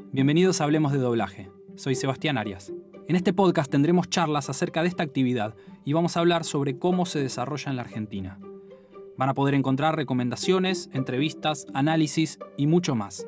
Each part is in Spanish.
Bienvenidos a Hablemos de Doblaje. Soy Sebastián Arias. En este podcast tendremos charlas acerca de esta actividad y vamos a hablar sobre cómo se desarrolla en la Argentina. Van a poder encontrar recomendaciones, entrevistas, análisis y mucho más.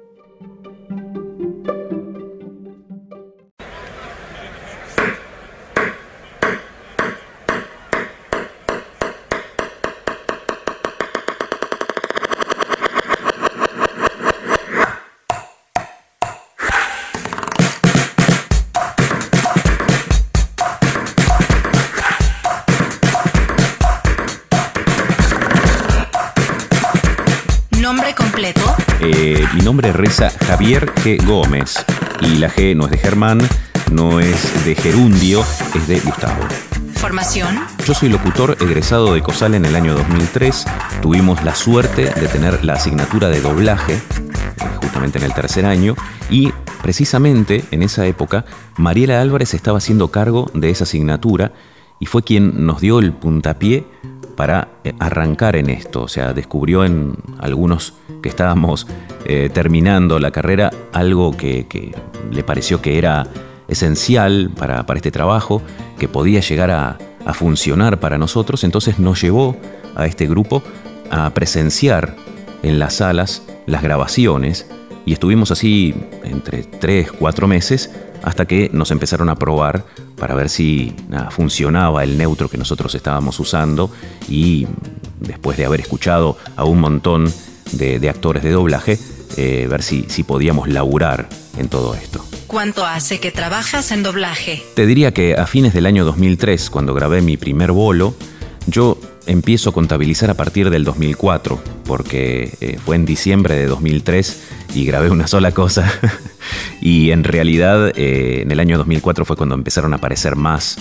¿Nombre completo? Mi nombre reza Javier G. Gómez. Y la G no es de Germán, no es de gerundio, es de Gustavo. ¿Formación? Yo soy locutor egresado de COSAL en el año 2003. Tuvimos la suerte de tener la asignatura de doblaje, justamente en el tercer año. Y precisamente en esa época, Mariela Álvarez estaba haciendo cargo de esa asignatura y fue quien nos dio el puntapié para arrancar en esto. O sea, descubrió en algunos que estábamos terminando la carrera algo que le pareció que era esencial para este trabajo, que podía llegar a funcionar para nosotros. Entonces nos llevó a este grupo a presenciar en las salas las grabaciones y estuvimos así entre 3-4 meses hasta que nos empezaron a probar para ver si funcionaba el neutro que nosotros estábamos usando, y después de haber escuchado a un montón de actores de doblaje, ver si podíamos laburar en todo esto. ¿Cuánto hace que trabajas en doblaje? Te diría que a fines del año 2003, cuando grabé mi primer bolo, yo empiezo a contabilizar a partir del 2004, porque fue en diciembre de 2003 y grabé una sola cosa. Y en realidad en el año 2004 fue cuando empezaron a aparecer más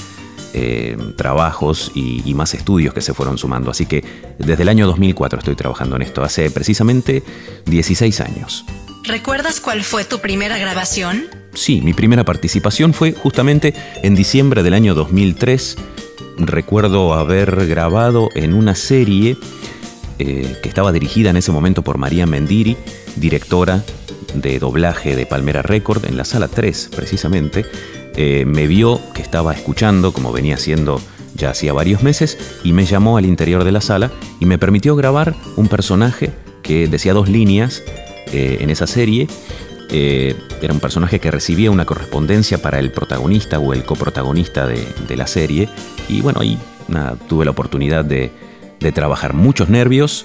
trabajos y más estudios que se fueron sumando. Así que desde el año 2004 estoy trabajando en esto, hace precisamente 16 años. ¿Recuerdas cuál fue tu primera grabación? Sí, mi primera participación fue justamente en diciembre del año 2003. Recuerdo haber grabado en una serie que estaba dirigida en ese momento por María Mendiri, directora de doblaje de Palmera Record, en la sala 3 precisamente. Me vio que estaba escuchando, como venía haciendo ya hacía varios meses, y me llamó al interior de la sala y me permitió grabar un personaje que decía 2 líneas en esa serie. Era un personaje que recibía una correspondencia para el protagonista o el coprotagonista de la serie. Y bueno, ahí tuve la oportunidad de trabajar. Muchos nervios.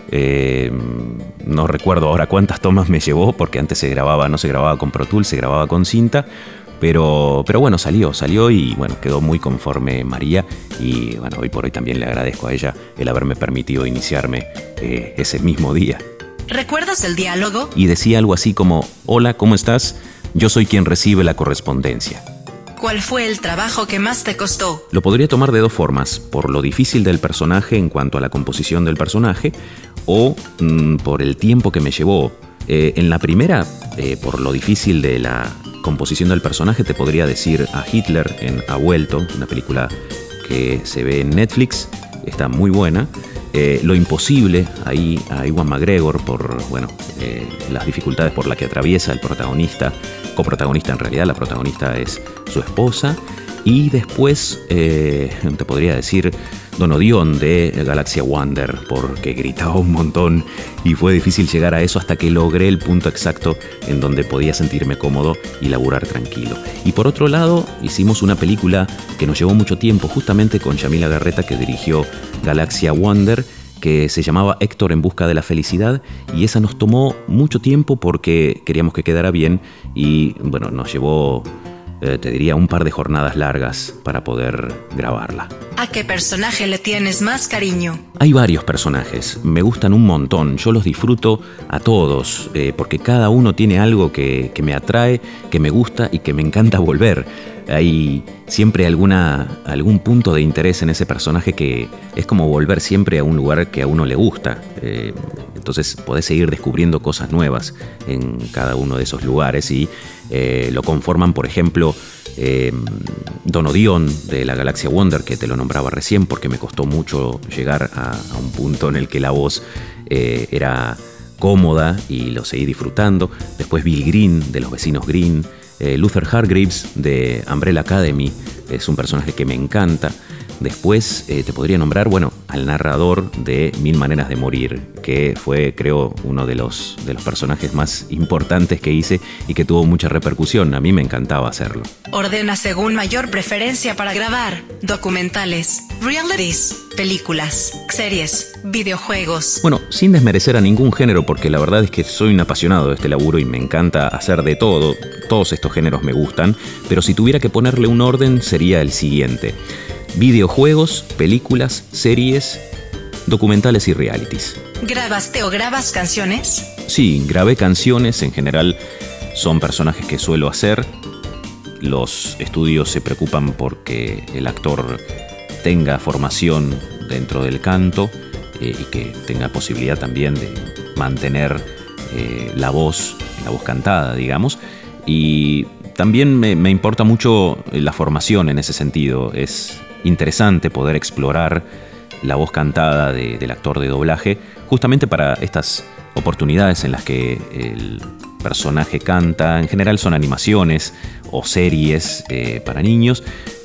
No recuerdo ahora cuántas tomas me llevó, porque antes no se grababa con Pro Tools, se grababa con cinta. Pero bueno, salió y bueno, quedó muy conforme María. Y bueno, hoy por hoy también le agradezco a ella el haberme permitido iniciarme ese mismo día. ¿Recuerdas el diálogo? Y decía algo así como: hola, ¿cómo estás? Yo soy quien recibe la correspondencia. ¿Cuál fue el trabajo que más te costó? Lo podría tomar de 2 formas: por lo difícil del personaje en cuanto a la composición del personaje, o por el tiempo que me llevó. En la primera, por lo difícil de la composición del personaje, te podría decir a Hitler en Ha Vuelto, una película que se ve en Netflix, está muy buena. Lo imposible, ahí a Ewan McGregor, por las dificultades por las que atraviesa el protagonista, coprotagonista en realidad, la protagonista es su esposa. Y después te podría decir Don Odión de Galaxia Wonder, porque gritaba un montón y fue difícil llegar a eso hasta que logré el punto exacto en donde podía sentirme cómodo y laburar tranquilo. Y por otro lado, hicimos una película que nos llevó mucho tiempo, justamente con Yamila Garreta, que dirigió Galaxia Wonder, que se llamaba Héctor en busca de la felicidad, y esa nos tomó mucho tiempo porque queríamos que quedara bien y bueno, nos llevó te diría un par de jornadas largas para poder grabarla. ¿A qué personaje le tienes más cariño? Hay varios personajes, me gustan un montón, yo los disfruto a todos, porque cada uno tiene algo que me atrae, que me gusta y que me encanta volver. Hay siempre algún punto de interés en ese personaje que es como volver siempre a un lugar que a uno le gusta. Entonces podés seguir descubriendo cosas nuevas en cada uno de esos lugares y lo conforman, por ejemplo, Don Odión de la Galaxia Wonder, que te lo nombraba recién porque me costó mucho llegar a un punto en el que la voz era cómoda y lo seguí disfrutando. Después Bill Green, de Los Vecinos Green. Luther Hargreaves, de Umbrella Academy, es un personaje que me encanta. Después te podría nombrar, al narrador de Mil Maneras de Morir, que fue, creo, uno de los personajes más importantes que hice y que tuvo mucha repercusión. A mí me encantaba hacerlo. Ordena según mayor preferencia para grabar: documentales, realities, películas, series, videojuegos. Sin desmerecer a ningún género, porque la verdad es que soy un apasionado de este laburo y me encanta hacer de todo. Todos estos géneros me gustan, pero si tuviera que ponerle un orden sería el siguiente: videojuegos, películas, series, documentales y realities. ¿Grabaste o grabas canciones? Sí, grabé canciones. En general son personajes que suelo hacer. Los estudios se preocupan porque el actor tenga formación dentro del canto y que tenga posibilidad también de mantener la voz cantada, digamos. Y también me importa mucho la formación en ese sentido. Es interesante poder explorar la voz cantada del actor de doblaje, justamente para estas oportunidades en las que el personaje canta. En general son animaciones o series para niños,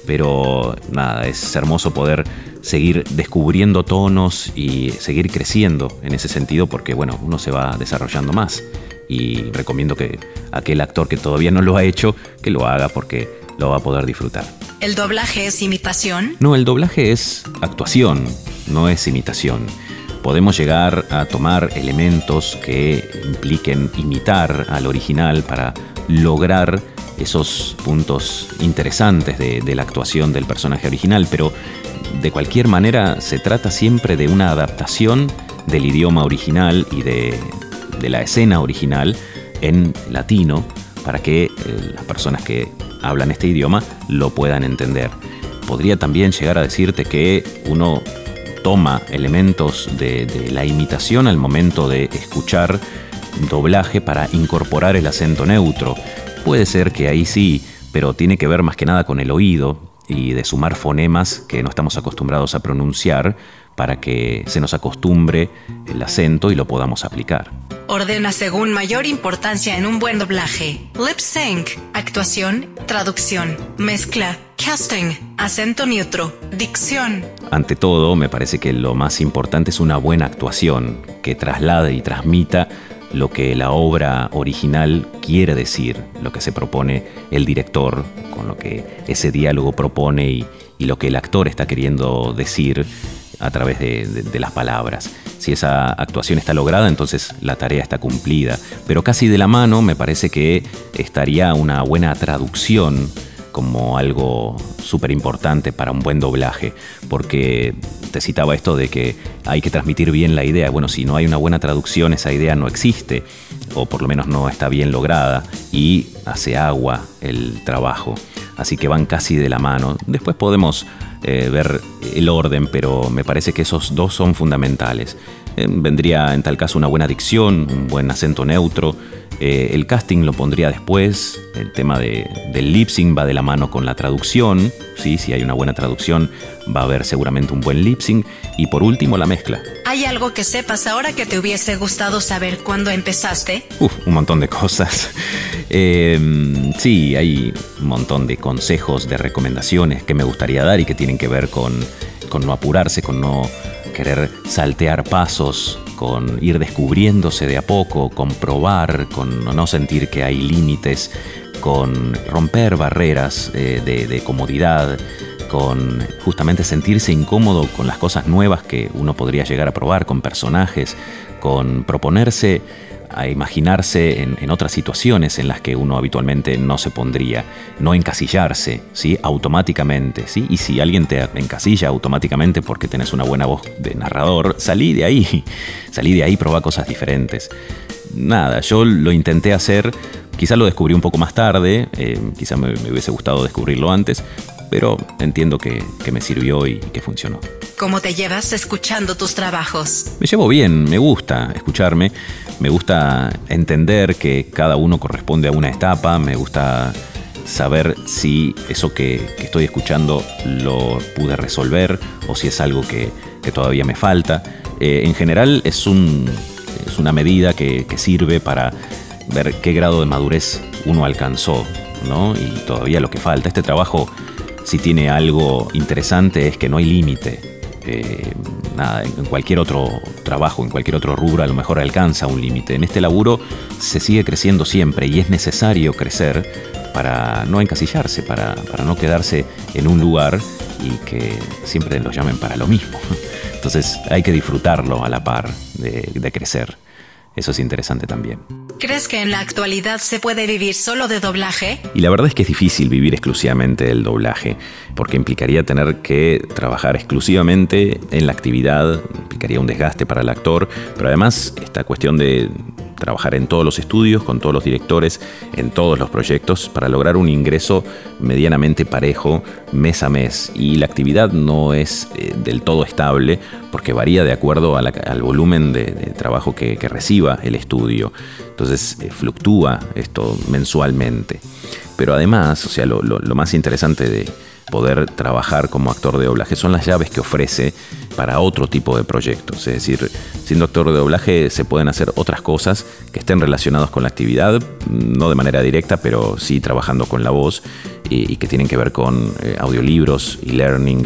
pero nada, es hermoso poder seguir descubriendo tonos y seguir creciendo en ese sentido, porque uno se va desarrollando más. Y recomiendo que aquel actor que todavía no lo ha hecho, que lo haga, porque lo va a poder disfrutar. ¿El doblaje es imitación? No, el doblaje es actuación, no es imitación. Podemos llegar a tomar elementos que impliquen imitar al original para lograr esos puntos interesantes de la actuación del personaje original, pero de cualquier manera se trata siempre de una adaptación del idioma original y de la escena original en latino, para que las personas que hablan este idioma lo puedan entender. Podría también llegar a decirte que uno toma elementos de la imitación al momento de escuchar doblaje para incorporar el acento neutro. Puede ser que ahí sí, pero tiene que ver más que nada con el oído y de sumar fonemas que no estamos acostumbrados a pronunciar para que se nos acostumbre el acento y lo podamos aplicar. Ordena según mayor importancia en un buen doblaje: lip sync, actuación, traducción, mezcla, casting, acento neutro, dicción. Ante todo, me parece que lo más importante es una buena actuación que traslade y transmita lo que la obra original quiere decir, lo que se propone el director, con lo que ese diálogo propone y lo que el actor está queriendo decir a través de las palabras. Si esa actuación está lograda, entonces la tarea está cumplida. Pero casi de la mano me parece que estaría una buena traducción como algo súper importante para un buen doblaje, porque te citaba esto de que hay que transmitir bien la idea. Si no hay una buena traducción, esa idea no existe, o por lo menos no está bien lograda, y hace agua el trabajo. Así que van casi de la mano. Después podemos ver el orden, pero me parece que esos dos son fundamentales. Vendría en tal caso una buena dicción, un buen acento neutro. El casting lo pondría después. El tema del lip sync va de la mano con la traducción. ¿Sí? Si hay una buena traducción, va a haber seguramente un buen lip sync. Y por último, la mezcla. ¿Hay algo que sepas ahora que te hubiese gustado saber cuando empezaste? Un montón de cosas. Sí, hay un montón de consejos, de recomendaciones que me gustaría dar y que tienen que ver con no apurarse, con no querer saltear pasos, con ir descubriéndose de a poco, con probar, con no sentir que hay límites, con romper barreras de comodidad, con justamente sentirse incómodo con las cosas nuevas que uno podría llegar a probar, con personajes, con proponerse a imaginarse en otras situaciones en las que uno habitualmente no se pondría, no encasillarse, ¿sí? Automáticamente, ¿sí? Y si alguien te encasilla automáticamente porque tenés una buena voz de narrador, salí de ahí, probá cosas diferentes. Nada, yo lo intenté hacer, quizá lo descubrí un poco más tarde, quizá me hubiese gustado descubrirlo antes, pero entiendo que me sirvió y que funcionó. ¿Cómo te llevas escuchando tus trabajos? Me llevo bien, me gusta escucharme, me gusta entender que cada uno corresponde a una etapa, me gusta saber si eso que estoy escuchando lo pude resolver o si es algo que todavía me falta. En general es un es una medida que sirve para ver qué grado de madurez uno alcanzó, ¿no? Y todavía lo que falta. Este trabajo, si tiene algo interesante, es que no hay límite. En cualquier otro trabajo, en cualquier otro rubro, a lo mejor alcanza un límite. En este laburo se sigue creciendo siempre y es necesario crecer para no encasillarse, para no quedarse en un lugar y que siempre los llamen para lo mismo. Entonces hay que disfrutarlo a la par de crecer. Eso es interesante también. ¿Crees que en la actualidad se puede vivir solo de doblaje? Y la verdad es que es difícil vivir exclusivamente del doblaje, porque implicaría tener que trabajar exclusivamente en la actividad, implicaría un desgaste para el actor, pero además esta cuestión de trabajar en todos los estudios, con todos los directores, en todos los proyectos, para lograr un ingreso medianamente parejo mes a mes. Y la actividad no es del todo estable, porque varía de acuerdo al volumen de trabajo que reciba el estudio. Entonces fluctúa esto mensualmente. Pero además, o sea, lo más interesante de poder trabajar como actor de doblaje son las llaves que ofrece para otro tipo de proyectos. Es decir, siendo actor de doblaje se pueden hacer otras cosas que estén relacionadas con la actividad, no de manera directa, pero sí trabajando con la voz y que tienen que ver con audiolibros, e-learning,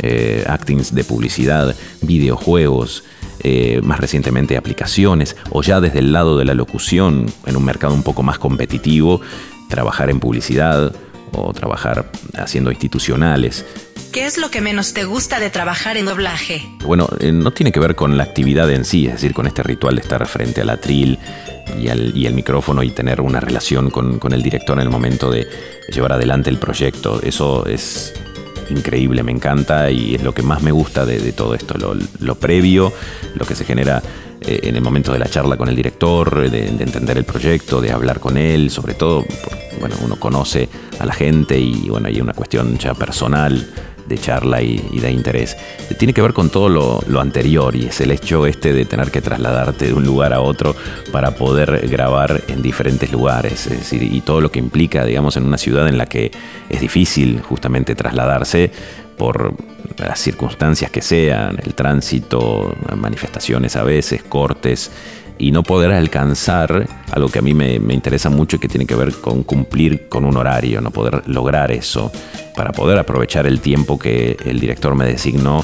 actings de publicidad, videojuegos, más recientemente aplicaciones, o ya desde el lado de la locución, en un mercado un poco más competitivo, trabajar en publicidad o trabajar haciendo institucionales. ¿Qué es lo que menos te gusta de trabajar en doblaje? Bueno, no tiene que ver con la actividad en sí, es decir, con este ritual de estar frente al atril y el micrófono y tener una relación con el director en el momento de llevar adelante el proyecto. Eso es increíble, me encanta y es lo que más me gusta de todo esto, lo previo, lo que se genera en el momento de la charla con el director, de entender el proyecto, de hablar con él, sobre todo, bueno, uno conoce a la gente y bueno, hay una cuestión ya personal de charla y de interés. Tiene que ver con todo lo anterior y es el hecho de tener que trasladarte de un lugar a otro para poder grabar en diferentes lugares, es decir, y todo lo que implica, digamos, en una ciudad en la que es difícil justamente trasladarse por las circunstancias que sean, el tránsito, manifestaciones a veces, cortes, y no poder alcanzar algo que a mí me interesa mucho y que tiene que ver con cumplir con un horario, no poder lograr eso, para poder aprovechar el tiempo que el director me designó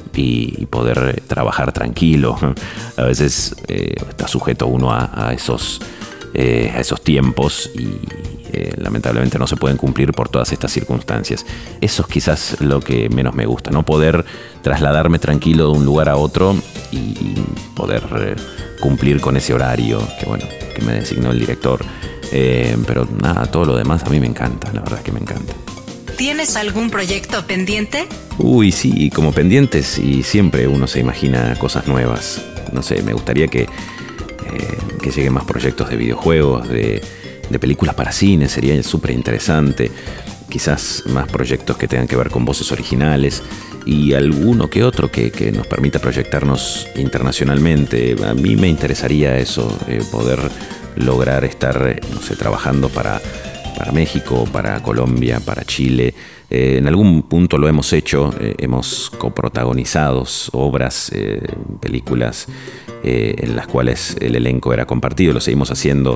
y poder trabajar tranquilo. A veces está sujeto uno a esos tiempos y lamentablemente no se pueden cumplir por todas estas circunstancias. Eso es quizás lo que menos me gusta, no poder trasladarme tranquilo de un lugar a otro y poder cumplir con ese horario que me designó el director. Pero nada, todo lo demás a mí me encanta, la verdad es que me encanta. ¿Tienes algún proyecto pendiente? Uy, sí, como pendientes, y siempre uno se imagina cosas nuevas. No sé, me gustaría que lleguen más proyectos de videojuegos, de películas para cine, sería súper interesante. Quizás más proyectos que tengan que ver con voces originales y alguno que otro que nos permita proyectarnos internacionalmente. A mí me interesaría eso, poder lograr estar, no sé, trabajando para México, para Colombia, para Chile. En algún punto lo hemos hecho, hemos coprotagonizado obras, películas en las cuales el elenco era compartido, lo seguimos haciendo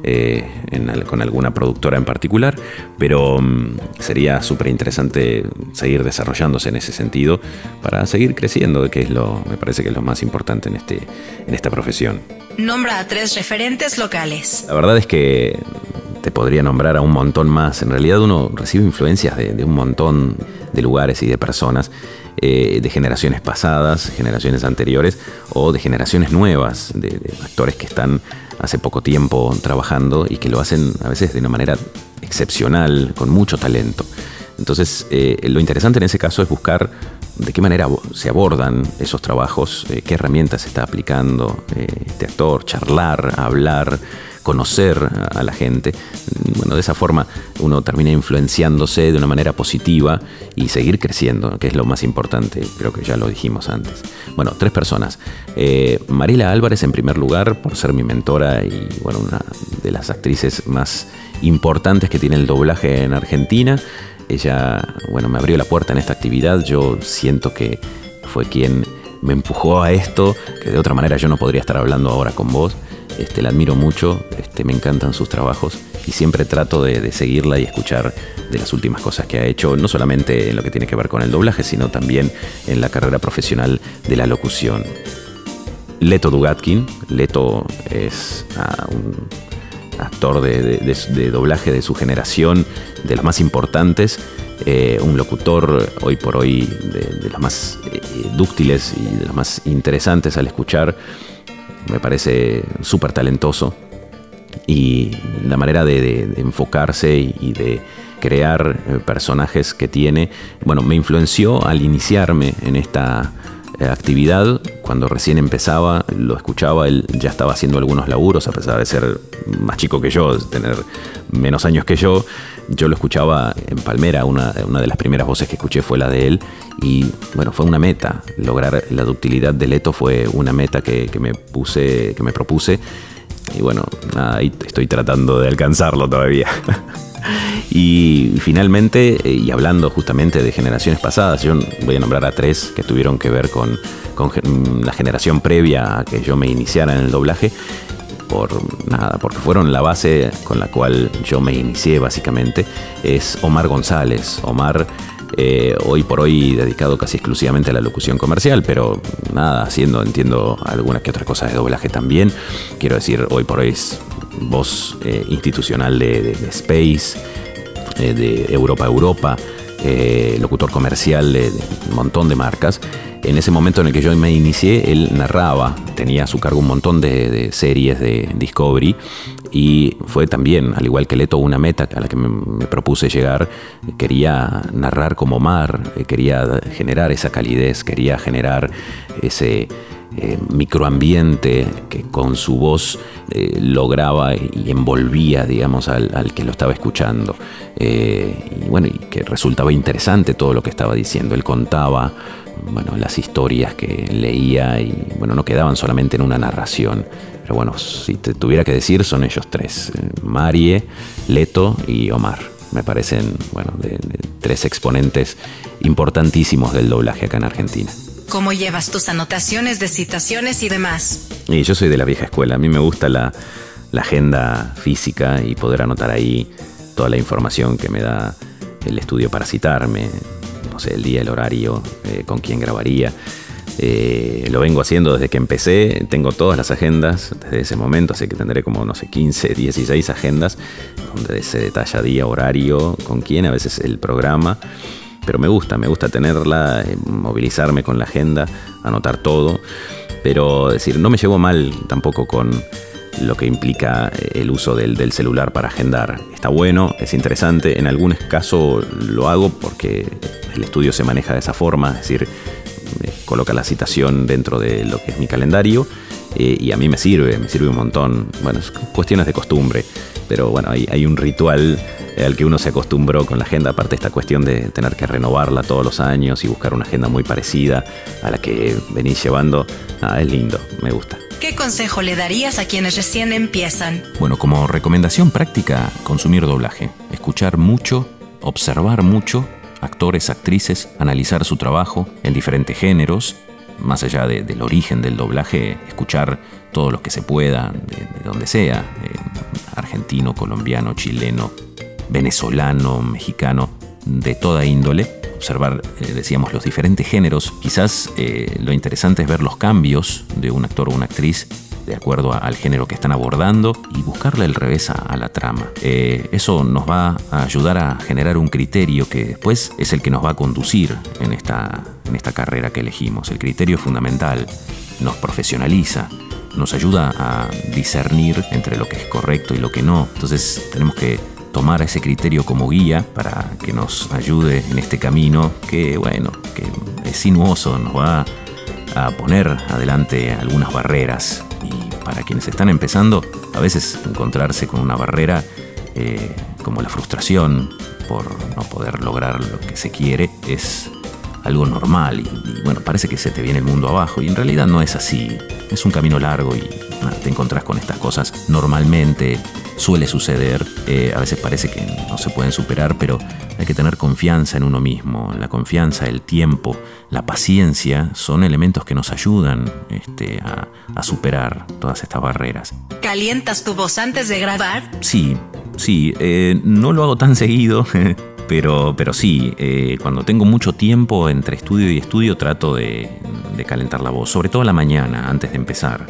con alguna productora en particular, pero sería súper interesante seguir desarrollándose en ese sentido para seguir creciendo, que me parece que es lo más importante en esta profesión. Nombra a 3 referentes locales. La verdad es que te podría nombrar a un montón más. En realidad uno recibe influencias de un montón de lugares y de personas, de generaciones pasadas, generaciones anteriores o de generaciones nuevas, de actores que están hace poco tiempo trabajando y que lo hacen a veces de una manera excepcional, con mucho talento. Entonces, lo interesante en ese caso es buscar de qué manera se abordan esos trabajos, qué herramientas se está aplicando este actor, charlar, hablar, conocer a la gente. Bueno, de esa forma uno termina influenciándose de una manera positiva y seguir creciendo, que es lo más importante, creo que ya lo dijimos antes. Bueno, 3 personas. Mariela Álvarez en primer lugar, por ser mi mentora y bueno, una de las actrices más importantes que tiene el doblaje en Argentina. Ella, bueno, me abrió la puerta en esta actividad. Yo siento que fue quien me empujó a esto, que de otra manera yo no podría estar hablando ahora con vos. La admiro mucho, me encantan sus trabajos y siempre trato de seguirla y escuchar de las últimas cosas que ha hecho, no solamente en lo que tiene que ver con el doblaje, sino también en la carrera profesional de la locución. Leto Dugatkin. Leto es un actor de doblaje de su generación, de los más importantes, un locutor hoy por hoy de los más dúctiles y de los más interesantes al escuchar. Me parece súper talentoso y la manera de enfocarse y de crear personajes que tiene, bueno, me influenció al iniciarme en esta actividad. Cuando recién empezaba, lo escuchaba, él ya estaba haciendo algunos laburos, a pesar de ser más chico que yo, de tener menos años que yo lo escuchaba en Palmera, una de las primeras voces que escuché fue la de él, y bueno, fue una meta, lograr la ductilidad de Leto fue una meta que me propuse, y bueno, ahí estoy tratando de alcanzarlo todavía. Y finalmente, y hablando justamente de generaciones pasadas, yo voy a nombrar a 3 que tuvieron que ver con la generación previa a que yo me iniciara en el doblaje, porque fueron la base con la cual yo me inicié básicamente. Es Omar González. Omar, hoy por hoy dedicado casi exclusivamente a la locución comercial, pero entiendo algunas que otras cosas de doblaje también. Quiero decir, hoy por hoy es voz institucional de Space, de Europa, locutor comercial de un montón de marcas. En ese momento en el que yo me inicié, él narraba, tenía a su cargo un montón de series de Discovery, y fue también, al igual que Leto, una meta a la que me propuse llegar. Quería narrar como Omar, quería generar esa calidez, quería generar ese microambiente que con su voz lograba y envolvía, digamos, al que lo estaba escuchando. Y bueno, y que resultaba interesante todo lo que estaba diciendo. Él contaba, bueno, las historias que leía y bueno, no quedaban solamente en una narración. Pero bueno, si te tuviera que decir, son ellos 3, Marie, Leto y Omar. Me parecen, bueno, de 3 exponentes importantísimos del doblaje acá en Argentina. ¿Cómo llevas tus anotaciones de citaciones y demás? Y yo soy de la vieja escuela. A mí me gusta la agenda física y poder anotar ahí toda la información que me da el estudio para citarme. No sé, el día, el horario, con quién grabaría. Lo vengo haciendo desde que empecé. Tengo todas las agendas desde ese momento, así que tendré como, no sé, 15, 16 agendas donde se detalla día, horario, con quién, a veces el programa. Pero me gusta tenerla, movilizarme con la agenda, anotar todo. Pero decir, no me llevo mal tampoco con lo que implica el uso del celular para agendar. Está bueno, es interesante. En algunos casos lo hago porque el estudio se maneja de esa forma, es decir, coloca la citación dentro de lo que es mi calendario, y a mí me sirve un montón. Bueno, es cuestiones de costumbre, pero bueno, hay un ritual al que uno se acostumbró con la agenda. Aparte, esta cuestión de tener que renovarla todos los años y buscar una agenda muy parecida a la que venís llevando, es lindo, me gusta. ¿Qué consejo le darías a quienes recién empiezan? Bueno, como recomendación práctica, consumir doblaje, escuchar mucho, observar mucho actores, actrices, analizar su trabajo en diferentes géneros, más allá del origen del doblaje, escuchar todo lo que se pueda, de donde sea, argentino, colombiano, chileno, venezolano, mexicano, de toda índole. Observar, decíamos, los diferentes géneros. Quizás lo interesante es ver los cambios de un actor o una actriz de acuerdo al género que están abordando y buscarle el revés a la trama. Eso nos va a ayudar a generar un criterio que después es el que nos va a conducir en esta carrera que elegimos. El criterio es fundamental, nos profesionaliza, nos ayuda a discernir entre lo que es correcto y lo que no. Entonces tenemos que tomar ese criterio como guía para que nos ayude en este camino que, bueno, que es sinuoso, nos va a poner adelante algunas barreras. Y para quienes están empezando, a veces encontrarse con una barrera como la frustración por no poder lograr lo que se quiere es algo normal y bueno, parece que se te viene el mundo abajo y en realidad no es así. Es un camino largo y te encontrás con estas cosas normalmente suele suceder. A veces parece que no se pueden superar, pero hay que tener confianza en uno mismo. La confianza, el tiempo, la paciencia son elementos que nos ayudan a superar todas estas barreras. ¿Calientas tu voz antes de grabar? Sí, no lo hago tan seguido, pero sí, cuando tengo mucho tiempo entre estudio y estudio trato de calentar la voz, sobre todo a la mañana, antes de empezar.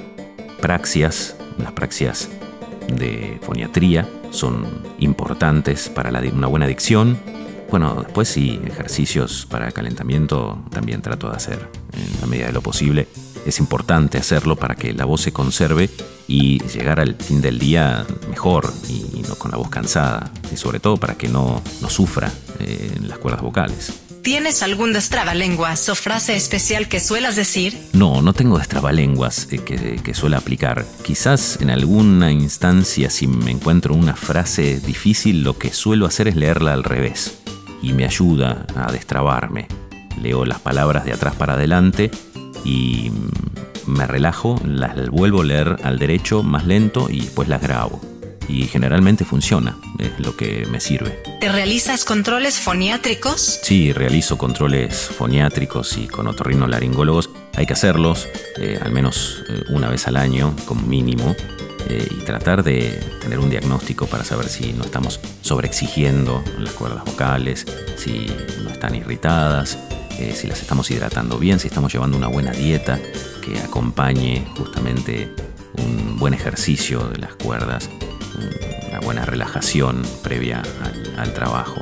Las praxias de foniatría son importantes para una buena dicción. Bueno, después sí, ejercicios para calentamiento también trato de hacer en la medida de lo posible. Es importante hacerlo para que la voz se conserve y llegar al fin del día mejor y no con la voz cansada. Y sobre todo para que no sufra las cuerdas vocales. ¿Tienes algún destrabalenguas o frase especial que suelas decir? No tengo destrabalenguas que suela aplicar. Quizás en alguna instancia, si me encuentro una frase difícil, lo que suelo hacer es leerla al revés. Y me ayuda a destrabarme. Leo las palabras de atrás para adelante y me relajo, las vuelvo a leer al derecho más lento y después las grabo. Y generalmente funciona, es lo que me sirve. ¿Te realizas controles foniátricos? Sí, realizo controles foniátricos y con otorrinolaringólogos. Hay que hacerlos al menos una vez al año, como mínimo, y tratar de tener un diagnóstico para saber si no estamos sobreexigiendo las cuerdas vocales, si no están irritadas, si las estamos hidratando bien, si estamos llevando una buena dieta que acompañe justamente un buen ejercicio de las cuerdas, una buena relajación previa al trabajo.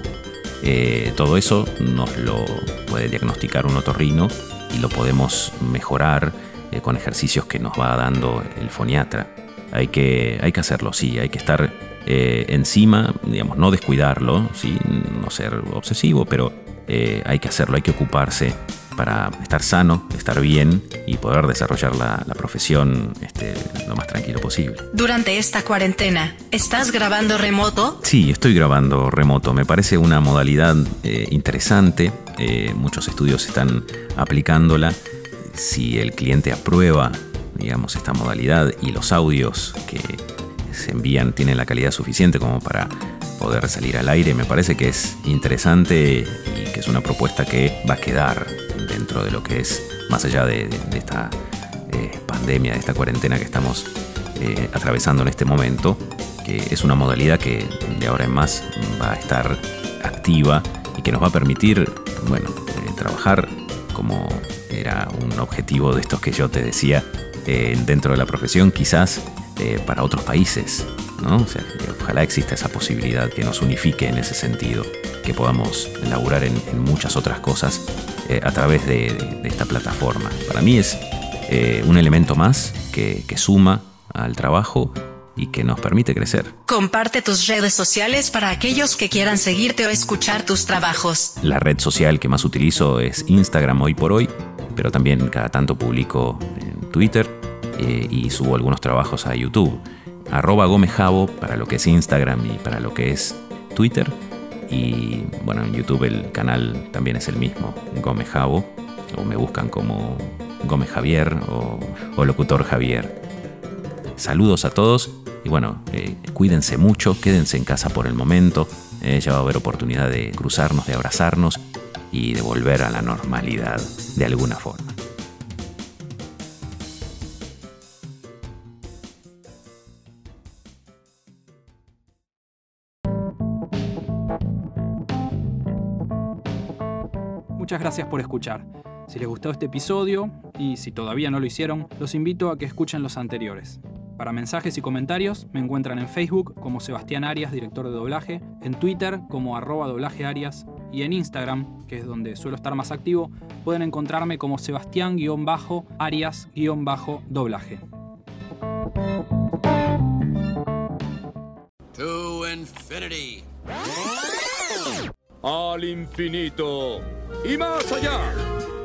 Todo eso nos lo puede diagnosticar un otorrino y lo podemos mejorar con ejercicios que nos va dando el foniatra. Hay que hacerlo, sí, hay que estar encima, digamos, no descuidarlo, ¿sí? No ser obsesivo, pero hay que hacerlo, hay que ocuparse para estar sano, estar bien y poder desarrollar la profesión lo más tranquilo posible. Durante esta cuarentena, ¿estás grabando remoto? Sí, estoy grabando remoto. Me parece una modalidad interesante. Muchos estudios están aplicándola. Si el cliente aprueba, digamos, esta modalidad y los audios que se envían tienen la calidad suficiente como para poder salir al aire, me parece que es interesante y que es una propuesta que va a quedar dentro de lo que es, más allá de esta pandemia, de esta cuarentena que estamos atravesando en este momento, que es una modalidad que de ahora en más va a estar activa y que nos va a permitir, trabajar como era un objetivo de estos que yo te decía dentro de la profesión, quizás para otros países, ¿no? O sea, ojalá exista esa posibilidad que nos unifique en ese sentido, que podamos laburar en muchas otras cosas a través de esta plataforma. Para mí es un elemento más que suma al trabajo y que nos permite crecer. Comparte tus redes sociales para aquellos que quieran seguirte o escuchar tus trabajos. La red social que más utilizo es Instagram hoy por hoy, pero también cada tanto publico en Twitter y subo algunos trabajos a YouTube. @GomesJavo para lo que es Instagram y para lo que es Twitter. Y bueno, en YouTube el canal también es el mismo, Gómez Javo, o me buscan como Gómez Javier o Locutor Javier. Saludos a todos y bueno, cuídense mucho, quédense en casa por el momento. Ya va a haber oportunidad de cruzarnos, de abrazarnos y de volver a la normalidad de alguna forma. Muchas gracias por escuchar. Si les gustó este episodio, y si todavía no lo hicieron, los invito a que escuchen los anteriores. Para mensajes y comentarios, me encuentran en Facebook como Sebastián Arias, director de doblaje, en Twitter como @doblajearias y en Instagram, que es donde suelo estar más activo, pueden encontrarme como Sebastián-Arias-doblaje. To infinity. Al infinito y más allá.